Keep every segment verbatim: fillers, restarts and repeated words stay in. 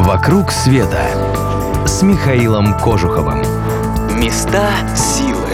«Вокруг света» с Михаилом Кожуховым. Места силы.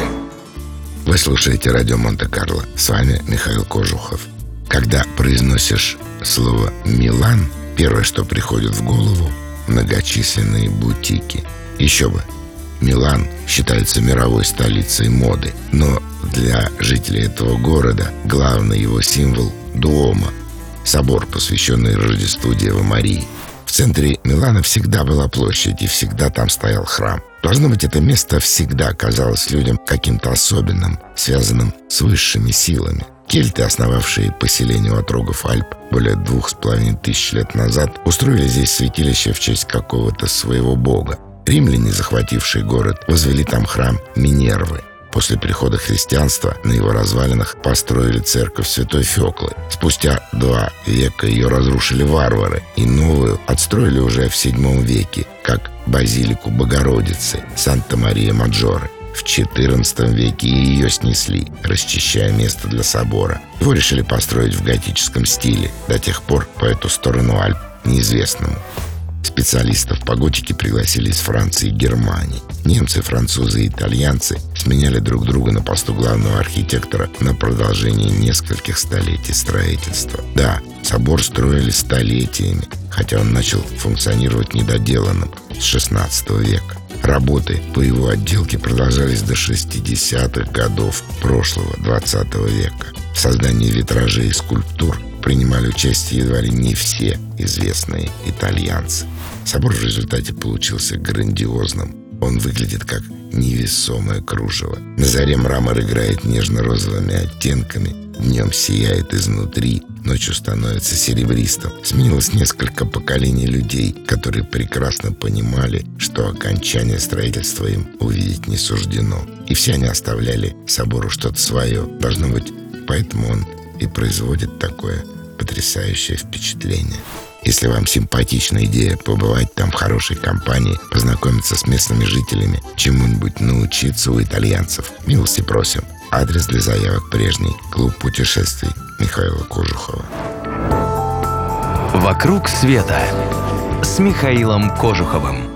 Вы слушаете радио Монте-Карло. С вами Михаил Кожухов. Когда произносишь слово «Милан», первое, что приходит в голову — многочисленные бутики. Еще бы, Милан считается мировой столицей моды, но для жителей этого города главный его символ — Дуомо, собор, посвященный Рождеству Девы Марии. В центре Милана всегда была площадь, и всегда там стоял храм. Должно быть, это место всегда казалось людям каким-то особенным, связанным с высшими силами. Кельты, основавшие поселение у отрогов Альп более двух с половиной тысяч лет назад, устроили здесь святилище в честь какого-то своего бога. Римляне, захватившие город, возвели там храм Минервы. После прихода христианства на его развалинах построили церковь Святой Феклы. Спустя два века ее разрушили варвары, и новую отстроили уже в седьмом веке, как базилику Богородицы Санта-Мария-Маджоре. В четырнадцатом веке ее снесли, расчищая место для собора. Его решили построить в готическом стиле, до тех пор по эту сторону Альп неизвестному. Специалистов по готике пригласили из Франции и Германии. Немцы, французы и итальянцы сменяли друг друга на посту главного архитектора на продолжении нескольких столетий строительства. Да, собор строили столетиями, хотя он начал функционировать недоделанным с шестнадцатого века. Работы по его отделке продолжались до шестидесятых годов прошлого двадцатого века. В создании витражей и скульптур принимали участие едва ли не все известные итальянцы. Собор в результате получился грандиозным. Он выглядит как невесомое кружево. На заре мрамор играет нежно-розовыми оттенками, днем сияет изнутри, ночью становится серебристым. Сменилось несколько поколений людей, которые прекрасно понимали, что окончание строительства им увидеть не суждено. И все они оставляли собору что-то свое. Должно быть, поэтому он и производит такое потрясающее впечатление. Если вам симпатична идея побывать там в хорошей компании, познакомиться с местными жителями, чему-нибудь научиться у итальянцев, милости просим. Адрес для заявок прежний. Клуб путешествий Михаила Кожухова. «Вокруг света» с Михаилом Кожуховым.